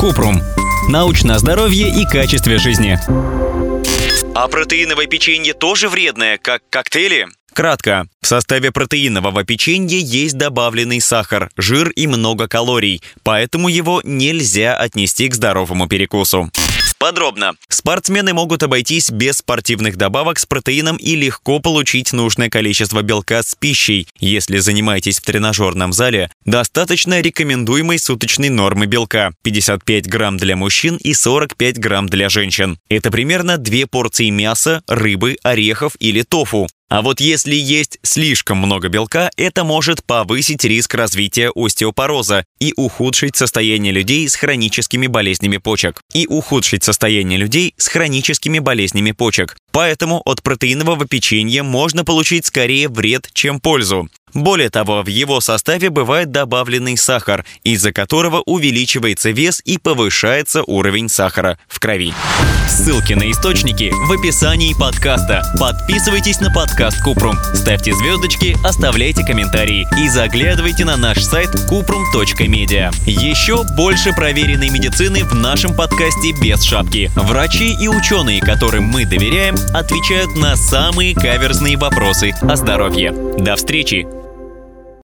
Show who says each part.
Speaker 1: Купрум. Научное здоровье и качестве жизни.
Speaker 2: А протеиновое печенье тоже вредное, как коктейли? Кратко. В составе протеинового печенья есть добавленный сахар, жир и много калорий, поэтому его нельзя отнести к здоровому перекусу. Подробно. Спортсмены могут обойтись без спортивных добавок с протеином и легко получить нужное количество белка с пищей. Если занимаетесь в тренажерном зале, достаточно рекомендуемой суточной нормы белка – 55 грамм для мужчин и 45 грамм для женщин. Это примерно 2 порции мяса, рыбы, орехов или тофу. А вот если есть слишком много белка, это может повысить риск развития остеопороза и ухудшить состояние людей с хроническими болезнями почек. Поэтому от протеинового печенья можно получить скорее вред, чем пользу. Более того, в его составе бывает добавленный сахар, из-за которого увеличивается вес и повышается уровень сахара в крови.
Speaker 1: Ссылки на источники в описании подкаста. Подписывайтесь на подкаст Купрум, ставьте звездочки, оставляйте комментарии и заглядывайте на наш сайт kuprum.media. Еще больше проверенной медицины в нашем подкасте без шапки. Врачи и ученые, которым мы доверяем, отвечают на самые каверзные вопросы о здоровье. До встречи!